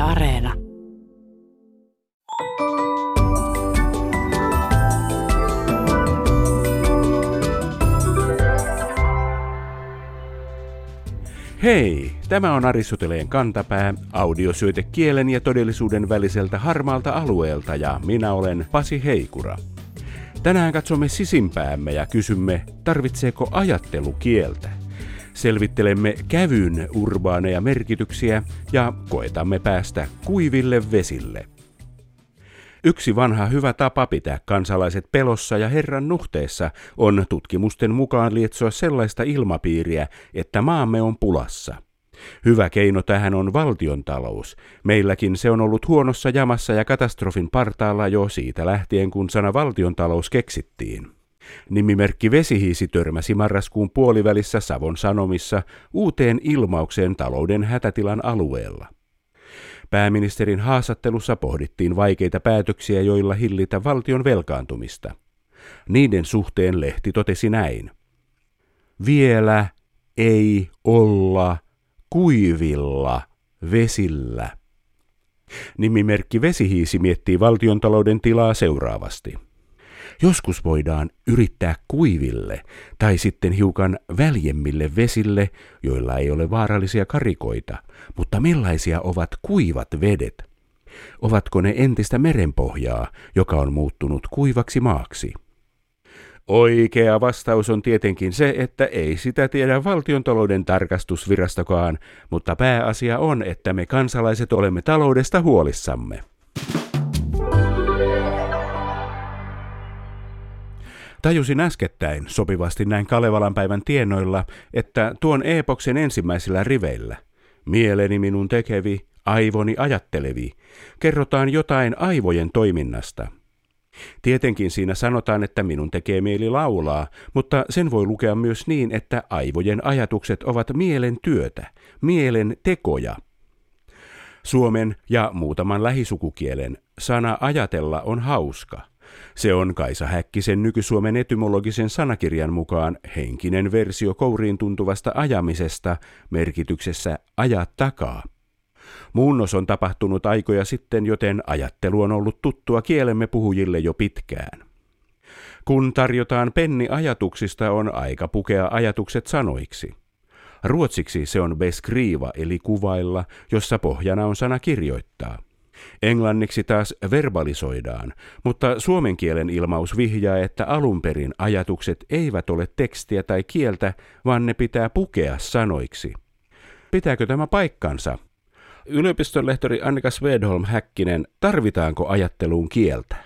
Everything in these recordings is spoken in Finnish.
Areena. Hei, tämä on Aristoteleen kantapää, audiosyöte kielen ja todellisuuden väliseltä harmaalta alueelta ja minä olen Pasi Heikura. Tänään katsomme sisimpäämme ja kysymme, tarvitseeko ajattelu kieltä. Selvittelemme kävyn urbaaneja merkityksiä ja koetamme päästä kuiville vesille. Yksi vanha hyvä tapa pitää kansalaiset pelossa ja Herran nuhteessa on tutkimusten mukaan lietsoa sellaista ilmapiiriä, että maamme on pulassa. Hyvä keino tähän on valtiontalous. Meilläkin se on ollut huonossa jamassa ja katastrofin partaalla jo siitä lähtien, kun sana valtiontalous keksittiin. Nimimerkki Vesihiisi törmäsi marraskuun puolivälissä Savon Sanomissa uuteen ilmaukseen talouden hätätilan alueella. Pääministerin haastattelussa pohdittiin vaikeita päätöksiä, joilla hillitä valtion velkaantumista. Niiden suhteen lehti totesi näin. Vielä ei olla kuivilla vesillä. Nimimerkki Vesihiisi miettii valtiontalouden tilaa seuraavasti. Joskus voidaan yrittää kuiville tai sitten hiukan väljemmille vesille, joilla ei ole vaarallisia karikoita, mutta millaisia ovat kuivat vedet? Ovatko ne entistä merenpohjaa, joka on muuttunut kuivaksi maaksi? Oikea vastaus on tietenkin se, että ei sitä tiedä valtiontalouden tarkastusvirastokaan, mutta pääasia on, että me kansalaiset olemme taloudesta huolissamme. Tajusin äskettäin, sopivasti näin Kalevalan päivän tienoilla, että tuon eepoksen ensimmäisillä riveillä, mieleni minun tekevi, aivoni ajattelevi, kerrotaan jotain aivojen toiminnasta. Tietenkin siinä sanotaan, että minun tekee mieli laulaa, mutta sen voi lukea myös niin, että aivojen ajatukset ovat mielen työtä, mielen tekoja. Suomen ja muutaman lähisukukielen sana ajatella on hauska. Se on Kaisa Häkkisen Nyky-Suomen etymologisen sanakirjan mukaan henkinen versio kouriin tuntuvasta ajamisesta merkityksessä ajaa takaa. Muunnos on tapahtunut aikoja sitten, joten ajattelu on ollut tuttua kielemme puhujille jo pitkään. Kun tarjotaan penni ajatuksista, on aika pukea ajatukset sanoiksi. Ruotsiksi se on beskriva eli kuvailla, jossa pohjana on sana kirjoittaa. Englanniksi taas verbalisoidaan, mutta suomen kielen ilmaus vihjaa, että alun perin ajatukset eivät ole tekstiä tai kieltä, vaan ne pitää pukea sanoiksi. Pitääkö tämä paikkansa? Yliopistonlehtori Annika Svedholm Häkkinen, tarvitaanko ajatteluun kieltä?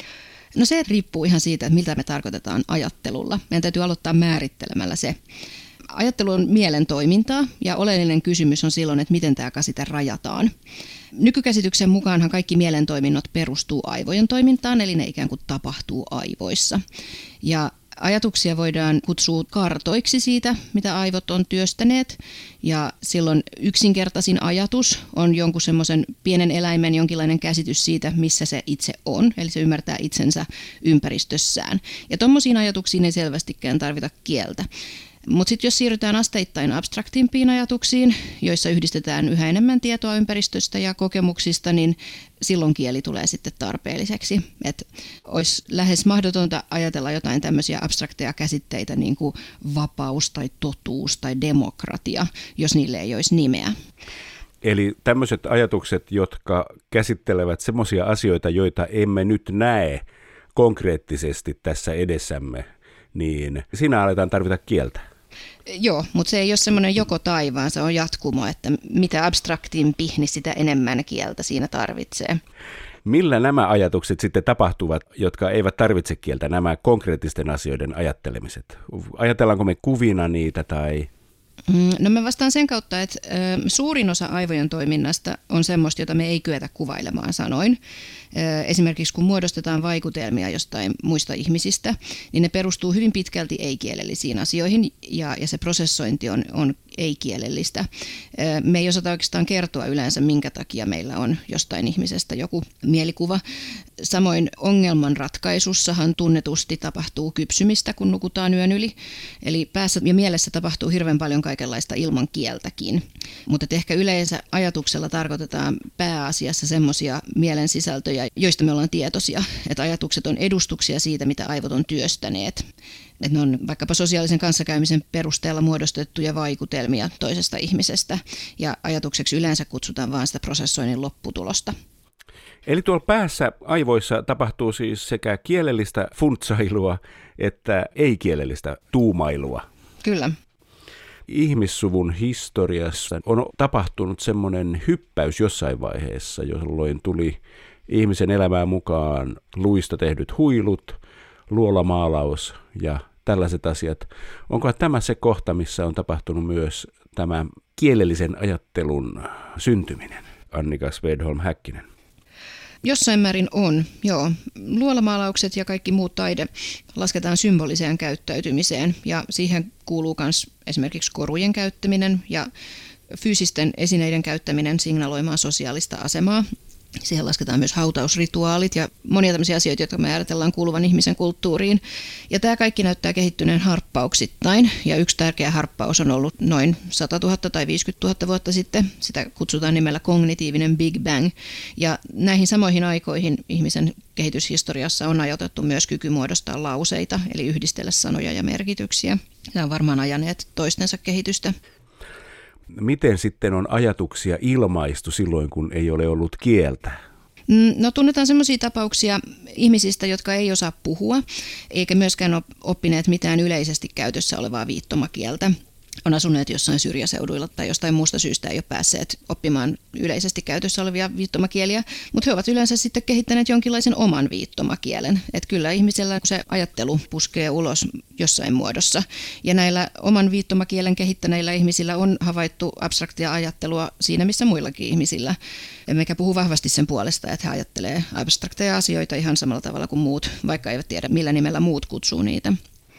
No se riippuu ihan siitä, että miltä me tarkoitetaan ajattelulla. Meidän täytyy aloittaa määrittelemällä se. Ajattelu on mielen toimintaa ja oleellinen kysymys on silloin, että miten tämä käsite rajataan. Nykykäsityksen mukaanhan kaikki mielen toiminnot perustuu aivojen toimintaan, eli ne ikään kuin tapahtuu aivoissa. Ja ajatuksia voidaan kutsua kartoiksi siitä, mitä aivot on työstäneet. Ja silloin yksinkertaisin ajatus on jonkun semmoisen pienen eläimen jonkinlainen käsitys siitä, missä se itse on. Eli se ymmärtää itsensä ympäristössään. Ja tommosiin ajatuksiin ei selvästikään tarvita kieltä. Mutta sitten jos siirrytään asteittain abstraktimpiin ajatuksiin, joissa yhdistetään yhä enemmän tietoa ympäristöstä ja kokemuksista, niin silloin kieli tulee sitten tarpeelliseksi. Et olisi lähes mahdotonta ajatella jotain tämmöisiä abstrakteja käsitteitä niin kuin vapaus tai totuus tai demokratia, jos niille ei olisi nimeä. Eli tämmöiset ajatukset, jotka käsittelevät semmoisia asioita, joita emme nyt näe konkreettisesti tässä edessämme, niin siinä aletaan tarvita kieltä. Joo, mutta se ei ole semmoinen joko tai, vaan se on jatkumo, että mitä abstraktimpi, niin sitä enemmän kieltä siinä tarvitsee. Millä nämä ajatukset sitten tapahtuvat, jotka eivät tarvitse kieltä, nämä konkreettisten asioiden ajattelemiset? Ajatellaanko me kuvina niitä tai... No mä vastaan sen kautta, että suurin osa aivojen toiminnasta on semmoista, jota me ei kyetä kuvailemaan sanoin. Esimerkiksi kun muodostetaan vaikutelmia jostain muista ihmisistä, niin ne perustuu hyvin pitkälti ei-kielellisiin asioihin ja se prosessointi on ei-kielellistä. Me ei osata oikeastaan kertoa yleensä, minkä takia meillä on jostain ihmisestä joku mielikuva. Samoin ongelmanratkaisussahan tunnetusti tapahtuu kypsymistä, kun nukutaan yön yli. Eli päässä ja mielessä tapahtuu hirveän paljon kaikenlaista ilman kieltäkin. Mutta ehkä yleensä ajatuksella tarkoitetaan pääasiassa semmoisia mielen sisältöjä, joista me ollaan tietoisia. Että ajatukset on edustuksia siitä, mitä aivot on työstäneet. Että ne on vaikkapa sosiaalisen kanssakäymisen perusteella muodostettuja vaikutelmia toisesta ihmisestä. Ja ajatukseksi yleensä kutsutaan vain sitä prosessoinnin lopputulosta. Eli tuolla päässä aivoissa tapahtuu siis sekä kielellistä funtsailua että ei-kielellistä tuumailua. Kyllä. Ihmissuvun historiassa on tapahtunut semmoinen hyppäys jossain vaiheessa, jolloin tuli ihmisen elämään mukaan luista tehdyt huilut, luolamaalaus ja tällaiset asiat. Onko tämä se kohta, missä on tapahtunut myös tämä kielellisen ajattelun syntyminen? Annika Svedholm-Häkkinen. Jossain määrin on, joo. Luolamaalaukset ja kaikki muu taide lasketaan symboliseen käyttäytymiseen ja siihen kuuluu myös esimerkiksi korujen käyttäminen ja fyysisten esineiden käyttäminen signaloimaan sosiaalista asemaa. Siihen lasketaan myös hautausrituaalit ja monia tämmöisiä asioita, jotka me ajatellaan kuuluvan ihmisen kulttuuriin. Ja tämä kaikki näyttää kehittyneen harppauksittain. Ja yksi tärkeä harppaus on ollut noin 100 000 tai 50 000 vuotta sitten. Sitä kutsutaan nimellä kognitiivinen Big Bang. Ja näihin samoihin aikoihin ihmisen kehityshistoriassa on ajoitettu myös kyky muodostaa lauseita, eli yhdistellä sanoja ja merkityksiä. Nämä on varmaan ajaneet toistensa kehitystä. Miten sitten on ajatuksia ilmaistu silloin, kun ei ole ollut kieltä? No tunnetaan sellaisia tapauksia ihmisistä, jotka ei osaa puhua, eikä myöskään ole oppineet mitään yleisesti käytössä olevaa viittomakieltä. On asuneet jossain syrjäseuduilla tai jostain muusta syystä ei ole päässeet oppimaan yleisesti käytössä olevia viittomakieliä, mutta he ovat yleensä sitten kehittäneet jonkinlaisen oman viittomakielen. Että kyllä ihmisellä se ajattelu puskee ulos jossain muodossa. Ja näillä oman viittomakielen kehittäneillä ihmisillä on havaittu abstraktia ajattelua siinä, missä muillakin ihmisillä. Emmekä puhu vahvasti sen puolesta, että he ajattelee abstrakteja asioita ihan samalla tavalla kuin muut, vaikka eivät tiedä, millä nimellä muut kutsuu niitä.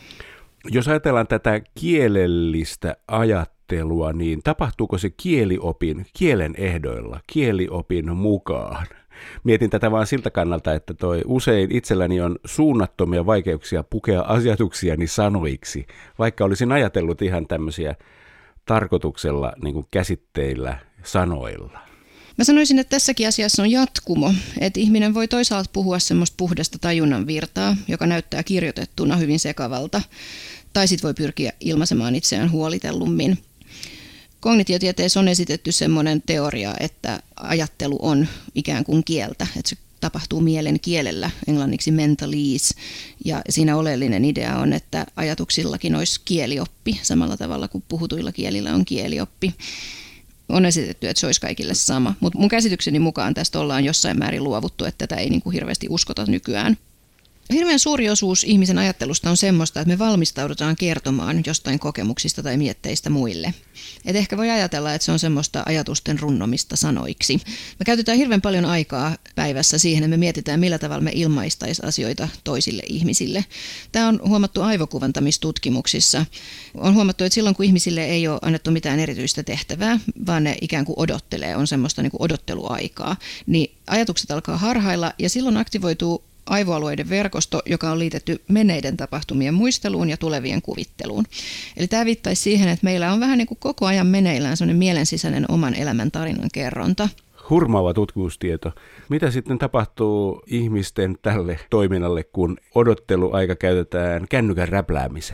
Jos ajatellaan tätä kielellistä ajattelua, niin tapahtuuko se kielen ehdoilla, kieliopin mukaan? Mietin tätä vain siltä kannalta, että usein itselläni on suunnattomia vaikeuksia pukea ajatuksiani sanoiksi, vaikka olisin ajatellut ihan tämmöisiä tarkoituksella niin kuin käsitteillä, sanoilla. Mä sanoisin, että tässäkin asiassa on jatkumo, että ihminen voi toisaalta puhua semmoista puhdasta tajunnan virtaa, joka näyttää kirjoitettuna hyvin sekavalta, tai sitten voi pyrkiä ilmaisemaan itseään huolitellummin. Kognitiotieteessä on esitetty semmoinen teoria, että ajattelu on ikään kuin kieltä, että se tapahtuu mielen kielellä, englanniksi mentalese, ja siinä oleellinen idea on, että ajatuksillakin olisi kielioppi, samalla tavalla kuin puhutuilla kielillä on kielioppi. On esitetty, että se olisi kaikille sama, mutta mun käsitykseni mukaan tästä ollaan jossain määrin luovuttu, että tätä ei niin kuin hirveästi uskota nykyään. Hirveän suuri osuus ihmisen ajattelusta on semmoista, että me valmistaudutaan kertomaan jostain kokemuksista tai mietteistä muille. Et ehkä voi ajatella, että se on semmoista ajatusten runnomista sanoiksi. Me käytetään hirveän paljon aikaa päivässä siihen, että me mietitään, millä tavalla me ilmaistaisiin asioita toisille ihmisille. Tämä on huomattu aivokuvantamistutkimuksissa. On huomattu, että silloin kun ihmisille ei ole annettu mitään erityistä tehtävää, vaan ne ikään kuin odottelee, on semmoista niin kuin odotteluaikaa, niin ajatukset alkaa harhailla ja silloin aktivoituu aivoalueiden verkosto, joka on liitetty menneiden tapahtumien muisteluun ja tulevien kuvitteluun. Eli tämä viittaisi siihen, että meillä on vähän niin kuin koko ajan meneillään sellainen mielensisäinen oman elämän tarinan kerronta. Hurmaava tutkimustieto. Mitä sitten tapahtuu ihmisten tälle toiminnalle, kun odotteluaika käytetään kännykän räpläämiseen?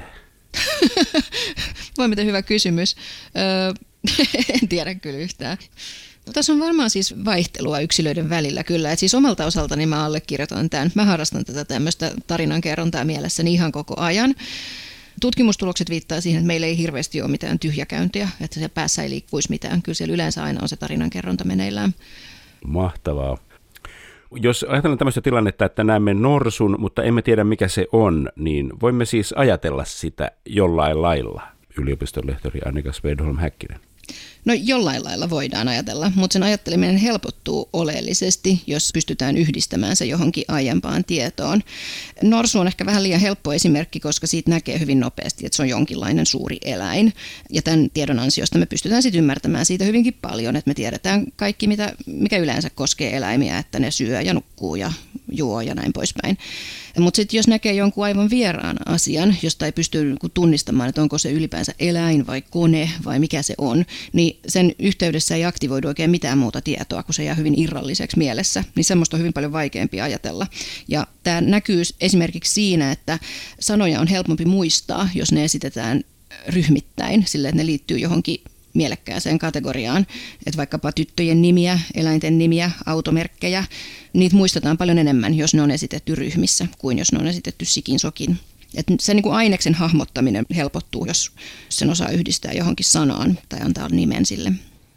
Voi miten hyvä kysymys. En tiedä kyllä yhtään. Tässä on varmaan siis vaihtelua yksilöiden välillä kyllä. Et siis omalta osaltani mä allekirjoitan tämän. Mä harrastan tätä tämmöistä tarinankerrontaa mielessäni ihan koko ajan. Tutkimustulokset viittaa siihen, että meillä ei hirveästi ole mitään tyhjäkäyntiä, että se päässä ei liikkuisi mitään. Kyllä siellä yleensä aina on se tarinankerronta meneillään. Mahtavaa. Jos ajatellaan tämmöistä tilannetta, että näemme norsun, mutta emme tiedä mikä se on, niin voimme siis ajatella sitä jollain lailla. Yliopiston lehtori Annika Svedholm-Häkkinen. No jollain lailla voidaan ajatella, mutta sen ajatteleminen helpottuu oleellisesti, jos pystytään yhdistämään se johonkin aiempaan tietoon. Norsu on ehkä vähän liian helppo esimerkki, koska siitä näkee hyvin nopeasti, että se on jonkinlainen suuri eläin. Ja tämän tiedon ansiosta me pystytään sitten ymmärtämään siitä hyvinkin paljon, että me tiedetään kaikki, mikä yleensä koskee eläimiä, että ne syö ja nukkuu ja juo ja näin poispäin. Mutta sitten jos näkee jonkun aivan vieraan asian, josta ei pysty tunnistamaan, että onko se ylipäänsä eläin vai kone vai mikä se on, niin sen yhteydessä ei aktivoidu oikein mitään muuta tietoa, kun se jää hyvin irralliseksi mielessä. Niin semmoista on hyvin paljon vaikeampi ajatella. Ja tämä näkyy esimerkiksi siinä, että sanoja on helpompi muistaa, jos ne esitetään ryhmittäin, sillä että ne liittyy johonkin mielekkääseen kategoriaan, että vaikkapa tyttöjen nimiä, eläinten nimiä, automerkkejä, niitä muistetaan paljon enemmän, jos ne on esitetty ryhmissä, kuin jos ne on esitetty sikin sokin. Että se niin kuin aineksen hahmottaminen helpottuu, jos sen osaa yhdistää johonkin sanaan tai antaa nimen sille.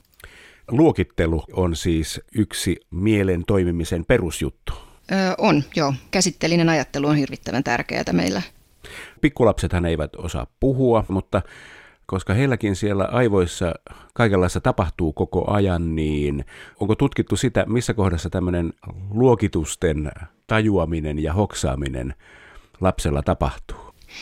Luokittelu on siis yksi mielen toimimisen perusjuttu. On, joo. Käsitteellinen ajattelu on hirvittävän tärkeää meillä. Pikkulapsethan eivät osaa puhua, mutta koska heilläkin siellä aivoissa kaikenlaista tapahtuu koko ajan, niin onko tutkittu sitä, missä kohdassa tämmöinen luokitusten tajuaminen ja hoksaaminen lapsella tapahtuu?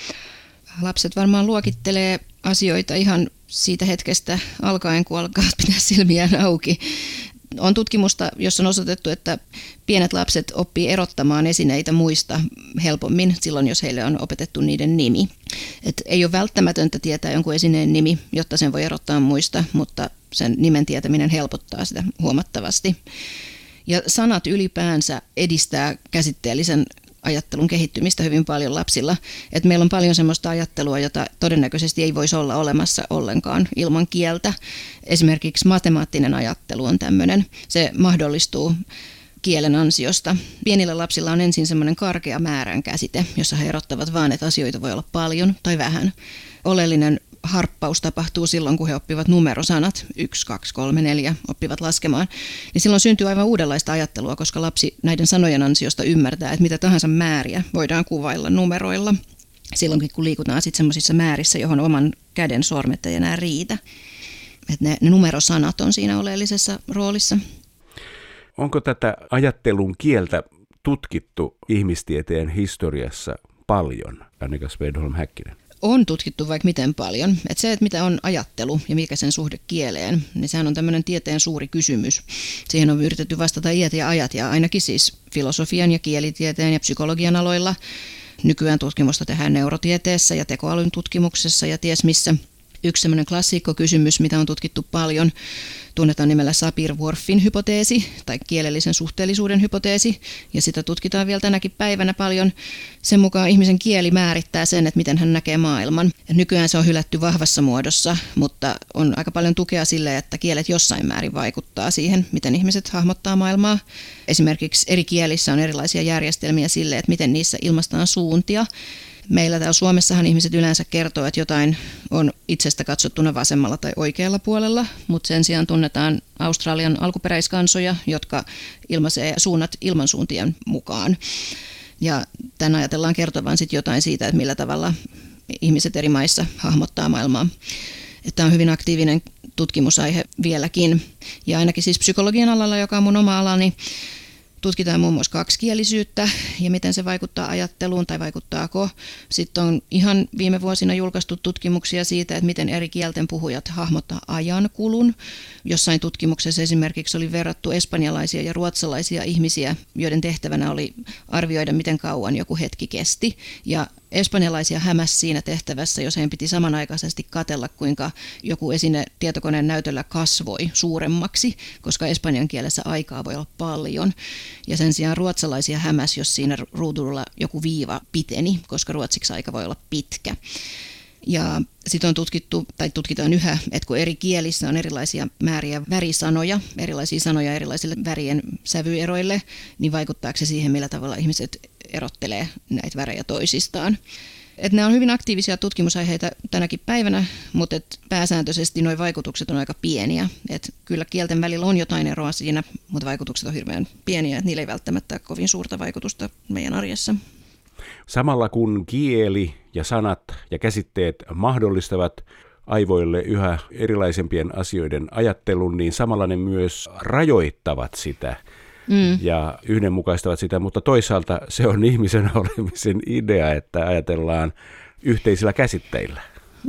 Lapset varmaan luokittelee asioita ihan siitä hetkestä alkaen, kun alkaa pitää silmiään auki. On tutkimusta, jossa on osoitettu, että pienet lapset oppii erottamaan esineitä muista helpommin silloin, jos heille on opetettu niiden nimi. Et ei ole välttämätöntä tietää jonkun esineen nimi, jotta sen voi erottaa muista, mutta sen nimen tietäminen helpottaa sitä huomattavasti. Ja sanat ylipäänsä edistää käsitteellisen ajattelun kehittymistä hyvin paljon lapsilla. Et meillä on paljon sellaista ajattelua, jota todennäköisesti ei voisi olla olemassa ollenkaan ilman kieltä. Esimerkiksi matemaattinen ajattelu on tämmöinen. Se mahdollistuu kielen ansiosta. Pienillä lapsilla on ensin semmoinen karkea määrän käsite, jossa he erottavat vaan, että asioita voi olla paljon tai vähän. Oleellinen harppaus tapahtuu silloin, kun he oppivat numerosanat, 1, 2, 3, 4, oppivat laskemaan. Niin silloin syntyy aivan uudenlaista ajattelua, koska lapsi näiden sanojen ansiosta ymmärtää, että mitä tahansa määriä voidaan kuvailla numeroilla. Silloinkin, kun liikutaan sitten semmoisissa määrissä, johon oman käden sormet ei enää riitä. Että ne numerosanat on siinä oleellisessa roolissa. Onko tätä ajattelun kieltä tutkittu ihmistieteen historiassa paljon, Annika Svedholm-Häkkinen? On tutkittu vaikka miten paljon. Että se, että mitä on ajattelu ja mikä sen suhde kieleen, niin sehän on tämmöinen tieteen suuri kysymys. Siihen on yritetty vastata iät ja ajat, ja ainakin siis filosofian ja kielitieteen ja psykologian aloilla. Nykyään tutkimusta tehdään neurotieteessä ja tekoälyn tutkimuksessa ja ties missä. Yksi semmoinen klassikkokysymys, mitä on tutkittu paljon, tunnetaan nimellä Sapir-Whorfin hypoteesi tai kielellisen suhteellisuuden hypoteesi, ja sitä tutkitaan vielä tänäkin päivänä paljon. Sen mukaan ihmisen kieli määrittää sen, että miten hän näkee maailman. Ja nykyään se on hylätty vahvassa muodossa, mutta on aika paljon tukea sille, että kielet jossain määrin vaikuttaa siihen, miten ihmiset hahmottaa maailmaa. Esimerkiksi eri kielissä on erilaisia järjestelmiä sille, että miten niissä ilmaistaan suuntia. Meillä täällä Suomessahan ihmiset yleensä kertoo, että jotain on itsestä katsottuna vasemmalla tai oikealla puolella, mutta sen sijaan tunnetaan Australian alkuperäiskansoja, jotka ilmaisee suunnat ilmansuuntien mukaan. Ja tämän ajatellaan kertovan sitten jotain siitä, että millä tavalla ihmiset eri maissa hahmottaa maailmaa. Tämä on hyvin aktiivinen tutkimusaihe vieläkin. Ja ainakin siis psykologian alalla, joka on mun oma alani, tutkitaan muun muassa kaksikielisyyttä ja miten se vaikuttaa ajatteluun tai vaikuttaako. Sitten on ihan viime vuosina julkaistu tutkimuksia siitä, että miten eri kielten puhujat hahmottaa ajankulun. Jossain tutkimuksessa esimerkiksi oli verrattu espanjalaisia ja ruotsalaisia ihmisiä, joiden tehtävänä oli arvioida, miten kauan joku hetki kesti. Ja espanjalaisia hämäsi siinä tehtävässä, jos heidän piti samanaikaisesti katsella, kuinka joku esine tietokoneen näytöllä kasvoi suuremmaksi, koska espanjan kielessä aikaa voi olla paljon. Ja sen sijaan ruotsalaisia hämäsi, jos siinä ruudulla joku viiva piteni, koska ruotsiksi aika voi olla pitkä. Ja sitten on tutkittu, tai tutkitaan yhä, että kun eri kielissä on erilaisia määriä värisanoja, erilaisia sanoja erilaisille värien sävyeroille, niin vaikuttaako se siihen, millä tavalla ihmiset erottelee näitä värejä toisistaan. Et nämä on hyvin aktiivisia tutkimusaiheita tänäkin päivänä, mutta pääsääntöisesti nuo vaikutukset on aika pieniä. Et kyllä kielten välillä on jotain eroa siinä, mutta vaikutukset on hirveän pieniä, että niillä ei välttämättä ole kovin suurta vaikutusta meidän arjessa. Samalla kun kieli ja sanat ja käsitteet mahdollistavat aivoille yhä erilaisempien asioiden ajattelun, niin samalla ne myös rajoittavat sitä ja yhdenmukaistavat sitä, mutta toisaalta se on ihmisen olemisen idea, että ajatellaan yhteisillä käsitteillä.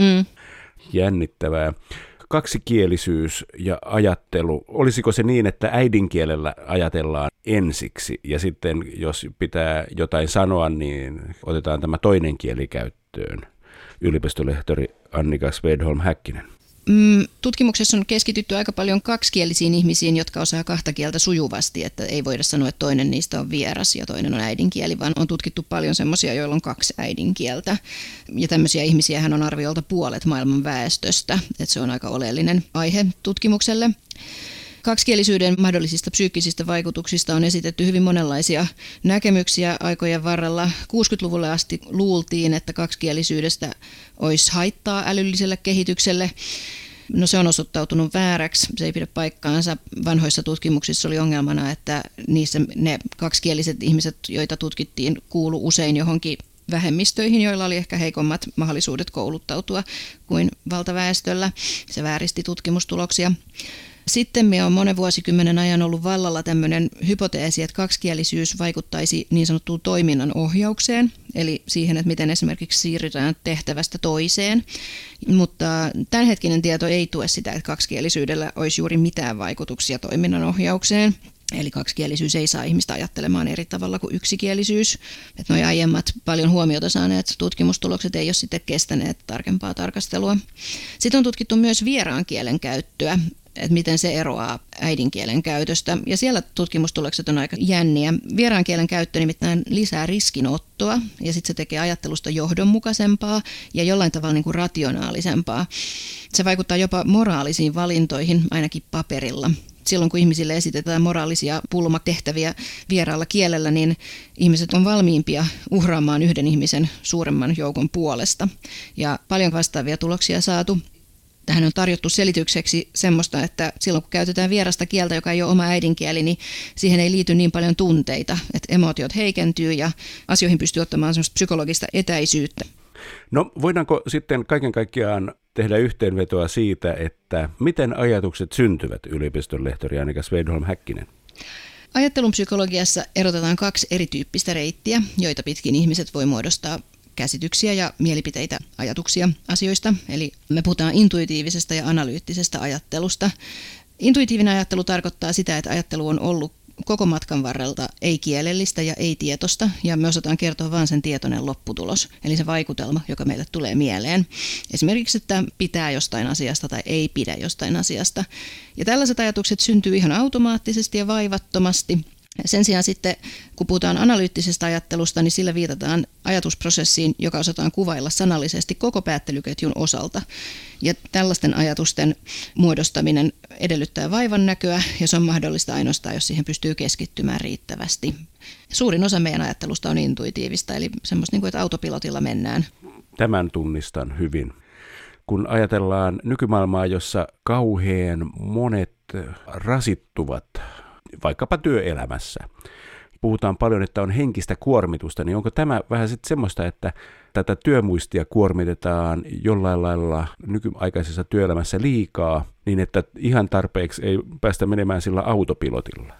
Jännittävää. Kaksikielisyys ja ajattelu, olisiko se niin, että äidinkielellä ajatellaan ensiksi ja sitten jos pitää jotain sanoa, niin otetaan tämä toinen kieli käyttöön? Yliopistolehtori Annika Svedholm-Häkkinen. Tutkimuksessa on keskitytty aika paljon kaksikielisiin ihmisiin, jotka osaa kahta kieltä sujuvasti, että ei voida sanoa, että toinen niistä on vieras ja toinen on äidinkieli, vaan on tutkittu paljon semmoisia, joilla on kaksi äidinkieltä. Ja tämmöisiä ihmisiähän on arviolta puolet maailman väestöstä, että se on aika oleellinen aihe tutkimukselle. Kaksikielisyyden mahdollisista psyykkisistä vaikutuksista on esitetty hyvin monenlaisia näkemyksiä aikojen varrella. 60-luvulle asti luultiin, että kaksikielisyydestä olisi haittaa älylliselle kehitykselle. No se on osoittautunut vääräksi, se ei pidä paikkaansa. Vanhoissa tutkimuksissa oli ongelmana, että niissä ne kaksikieliset ihmiset, joita tutkittiin, kuulu usein johonkin vähemmistöihin, joilla oli ehkä heikommat mahdollisuudet kouluttautua kuin valtaväestöllä. Se vääristi tutkimustuloksia. Sitten me on monen vuosikymmenen ajan ollut vallalla tämmöinen hypoteesi, että kaksikielisyys vaikuttaisi niin sanottuun toiminnan ohjaukseen, eli siihen, että miten esimerkiksi siirrytään tehtävästä toiseen. Mutta tämänhetkinen tieto ei tue sitä, että kaksikielisyydellä olisi juuri mitään vaikutuksia toiminnan ohjaukseen. Eli kaksikielisyys ei saa ihmistä ajattelemaan eri tavalla kuin yksikielisyys. Että nuo aiemmat paljon huomiota saaneet tutkimustulokset ei ole sitten kestäneet tarkempaa tarkastelua. Sitten on tutkittu myös vieraan kielen käyttöä, että miten se eroaa äidinkielen käytöstä. Ja siellä tutkimustulokset on aika jänniä. Vieraan kielen käyttö nimittäin lisää riskinottoa ja sitten se tekee ajattelusta johdonmukaisempaa ja jollain tavalla niin kuin rationaalisempaa. Se vaikuttaa jopa moraalisiin valintoihin, ainakin paperilla. Silloin kun ihmisille esitetään moraalisia pulmatehtäviä vieraalla kielellä, niin ihmiset on valmiimpia uhraamaan yhden ihmisen suuremman joukon puolesta. Ja paljon vastaavia tuloksia saatu. Tähän on tarjottu selitykseksi semmoista, että silloin kun käytetään vierasta kieltä, joka ei ole oma äidinkieli, niin siihen ei liity niin paljon tunteita, että emotiot heikentyy ja asioihin pystyy ottamaan semmoista psykologista etäisyyttä. No voidaanko sitten kaiken kaikkiaan tehdä yhteenvetoa siitä, että miten ajatukset syntyvät, yliopiston lehtori Annika Svedholm-Häkkinen? Ajattelun psykologiassa erotetaan kaksi erityyppistä reittiä, joita pitkin ihmiset voi muodostaa käsityksiä ja mielipiteitä, ajatuksia asioista. Eli me puhutaan intuitiivisesta ja analyyttisestä ajattelusta. Intuitiivinen ajattelu tarkoittaa sitä, että ajattelu on ollut koko matkan varrelta ei-kielellistä ja ei-tietosta, ja me osataan kertoa vain sen tietoinen lopputulos, eli se vaikutelma, joka meille tulee mieleen. Esimerkiksi, että pitää jostain asiasta tai ei pidä jostain asiasta. Ja tällaiset ajatukset syntyy ihan automaattisesti ja vaivattomasti. Sen sijaan sitten, kun puhutaan analyyttisesta ajattelusta, niin sillä viitataan ajatusprosessiin, joka osataan kuvailla sanallisesti koko päättelyketjun osalta. Ja tällaisten ajatusten muodostaminen edellyttää vaivannäköä, ja se on mahdollista ainoastaan, jos siihen pystyy keskittymään riittävästi. Suurin osa meidän ajattelusta on intuitiivista, eli semmoista niin kuin, että autopilotilla mennään. Tämän tunnistan hyvin. Kun ajatellaan nykymaailmaa, jossa kauhean monet rasittuvat vaikkapa työelämässä. Puhutaan paljon, että on henkistä kuormitusta, niin onko tämä vähän sitten semmoista, että tätä työmuistia kuormitetaan jollain lailla nykyaikaisessa työelämässä liikaa, niin että ihan tarpeeksi ei päästä menemään sillä autopilotilla?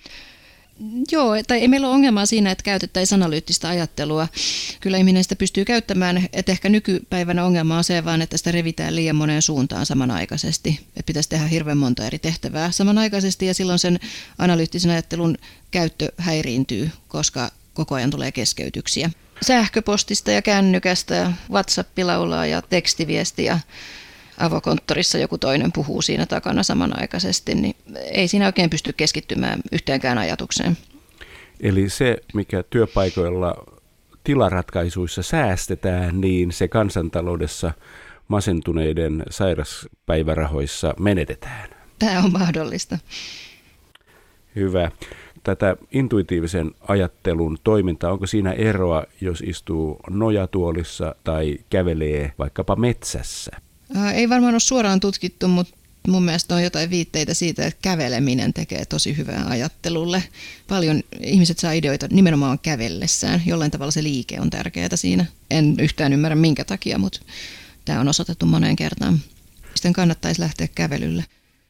Joo, tai ei meillä ole ongelmaa siinä, että käytettäisiin analyyttistä ajattelua. Kyllä ihminen sitä pystyy käyttämään, että ehkä nykypäivänä ongelma on se vaan, että sitä revitään liian moneen suuntaan samanaikaisesti. Että pitäisi tehdä hirveän monta eri tehtävää samanaikaisesti ja silloin sen analyyttisen ajattelun käyttö häiriintyy, koska koko ajan tulee keskeytyksiä. Sähköpostista ja kännykästä ja WhatsApp laulaa ja tekstiviesti ja avokonttorissa joku toinen puhuu siinä takana samanaikaisesti, niin ei siinä oikein pysty keskittymään yhteenkään ajatukseen. Eli se, mikä työpaikoilla tilaratkaisuissa säästetään, niin se kansantaloudessa masentuneiden sairaspäivärahoissa menetetään. Tämä on mahdollista. Hyvä. Tätä intuitiivisen ajattelun toimintaa, onko siinä eroa, jos istuu nojatuolissa tai kävelee vaikkapa metsässä? Ei varmaan ole suoraan tutkittu, mutta mun mielestä on jotain viitteitä siitä, että käveleminen tekee tosi hyvää ajattelulle. Paljon ihmiset saa ideoita nimenomaan kävellessään. Jollain tavalla se liike on tärkeää siinä. En yhtään ymmärrä minkä takia, mutta tämä on osoitettu moneen kertaan. ihmisten kannattaisi lähteä kävelylle.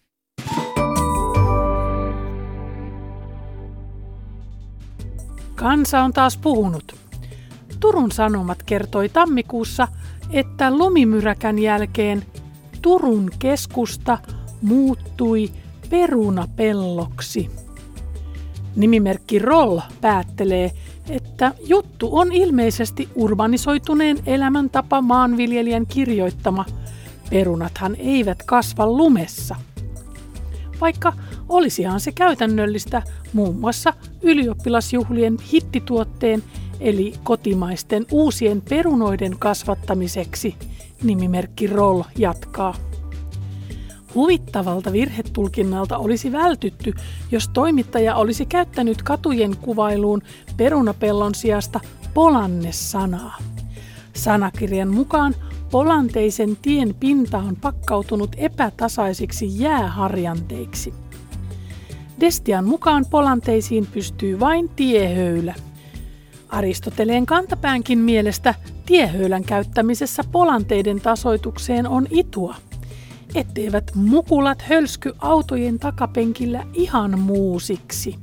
Kansa on taas puhunut. Turun Sanomat kertoi tammikuussa, että lumimyräkän jälkeen Turun keskusta muuttui perunapelloksi. Nimimerkki Roll päättelee, että juttu on ilmeisesti urbanisoituneen elämäntapa maanviljelijän kirjoittama. Perunathan eivät kasva lumessa. Vaikka olisihan se käytännöllistä muun muassa ylioppilasjuhlien hittituotteen eli kotimaisten uusien perunoiden kasvattamiseksi, nimimerkki Roll jatkaa. Huvittavalta virhetulkinnalta olisi vältytty, jos toimittaja olisi käyttänyt katujen kuvailuun perunapellon sijasta polanne-sanaa. Sanakirjan mukaan polanteisen tien pinta on pakkautunut epätasaisiksi jääharjanteiksi. Destian mukaan polanteisiin pystyy vain tiehöylä. Aristoteleen kantapäänkin mielestä tiehöylän käyttämisessä polanteiden tasoitukseen on itua, etteivät mukulat hölsky autojen takapenkillä ihan muusiksi.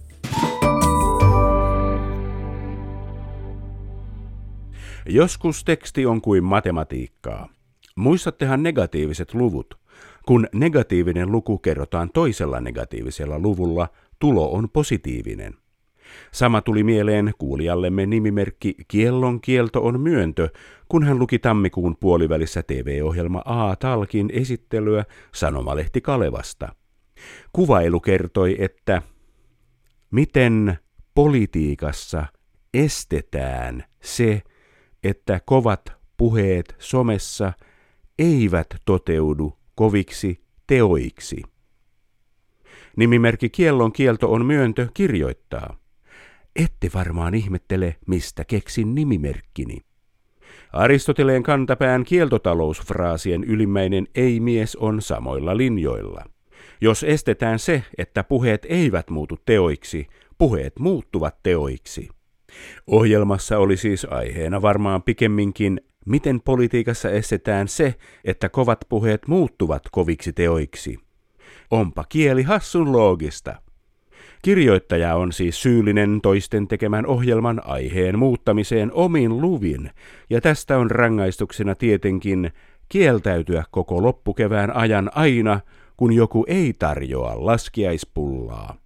Joskus teksti on kuin matematiikkaa. Muistattehan negatiiviset luvut. Kun negatiivinen luku kerrotaan toisella negatiivisella luvulla, tulo on positiivinen. Sama tuli mieleen kuulijallemme nimimerkki Kiellon kielto on myöntö, kun hän luki tammikuun puolivälissä TV-ohjelma A-talkin esittelyä Sanomalehti Kalevasta. Kuvailu kertoi, että miten politiikassa estetään se, että kovat puheet somessa eivät toteudu koviksi teoiksi. Nimimerkki Kiellon kielto on myöntö kirjoittaa. Ette varmaan ihmettele, mistä keksin nimimerkkini. Aristoteleen kantapään kieltotalousfraasien ylimmäinen ei-mies on samoilla linjoilla. Jos estetään se, että puheet eivät muutu teoiksi, puheet muuttuvat teoiksi. Ohjelmassa oli siis aiheena varmaan pikemminkin, miten politiikassa estetään se, että kovat puheet muuttuvat koviksi teoiksi. Onpa kieli hassun loogista. Kirjoittaja on siis syyllinen toisten tekemän ohjelman aiheen muuttamiseen omin luvin, ja tästä on rangaistuksena tietenkin kieltäytyä koko loppukevään ajan aina, kun joku ei tarjoa laskiaispullaa.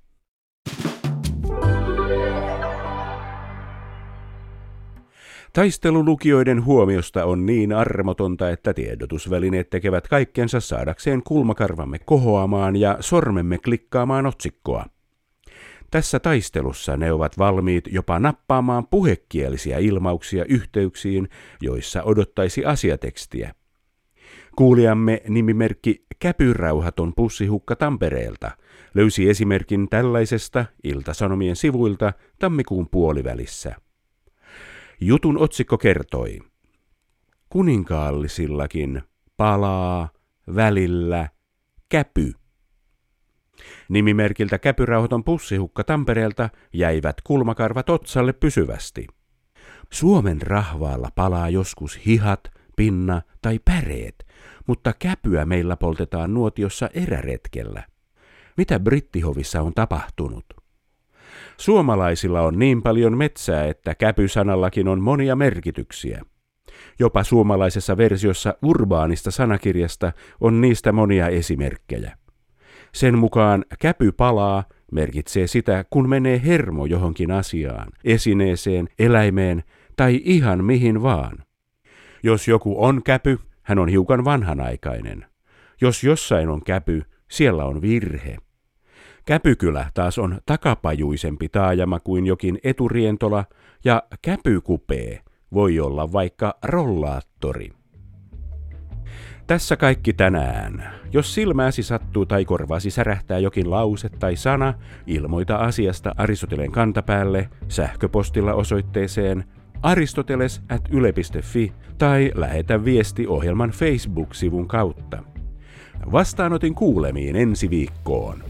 Taistelu lukijoiden huomiosta on niin armotonta, että tiedotusvälineet tekevät kaikkensa saadakseen kulmakarvamme kohoamaan ja sormemme klikkaamaan otsikkoa. Tässä taistelussa ne ovat valmiit jopa nappaamaan puhekielisiä ilmauksia yhteyksiin, joissa odottaisi asiatekstiä. Kuulijamme nimimerkki Käpyrauhaton pussihukka Tampereelta löysi esimerkin tällaisesta Ilta-Sanomien sivuilta tammikuun puolivälissä. Jutun otsikko kertoi: Kuninkaallisillakin palaa välillä käpy. Nimimerkiltä Käpyrauhaton pussihukka Tampereelta jäivät kulmakarvat otsalle pysyvästi. Suomen rahvaalla palaa joskus hihat, pinna tai päreet, mutta käpyä meillä poltetaan nuotiossa eräretkellä. Mitä Brittihovissa on tapahtunut? Suomalaisilla on niin paljon metsää, että käpysanallakin on monia merkityksiä. Jopa suomalaisessa versiossa urbaanista sanakirjasta on niistä monia esimerkkejä. Sen mukaan käpy palaa merkitsee sitä, kun menee hermo johonkin asiaan, esineeseen, eläimeen tai ihan mihin vaan. Jos joku on käpy, hän on hiukan vanhanaikainen. Jos jossain on käpy, siellä on virhe. Käpykylä taas on takapajuisempi taajama kuin jokin eturientola, ja käpykupee voi olla vaikka rollaattori. Tässä kaikki tänään. Jos silmääsi sattuu tai korvaasi särähtää jokin lause tai sana, ilmoita asiasta Aristoteleen kantapäälle sähköpostilla osoitteeseen aristoteles@yle.fi tai lähetä viesti ohjelman Facebook-sivun kautta. Vastaanotin kuulemiin ensi viikkoon.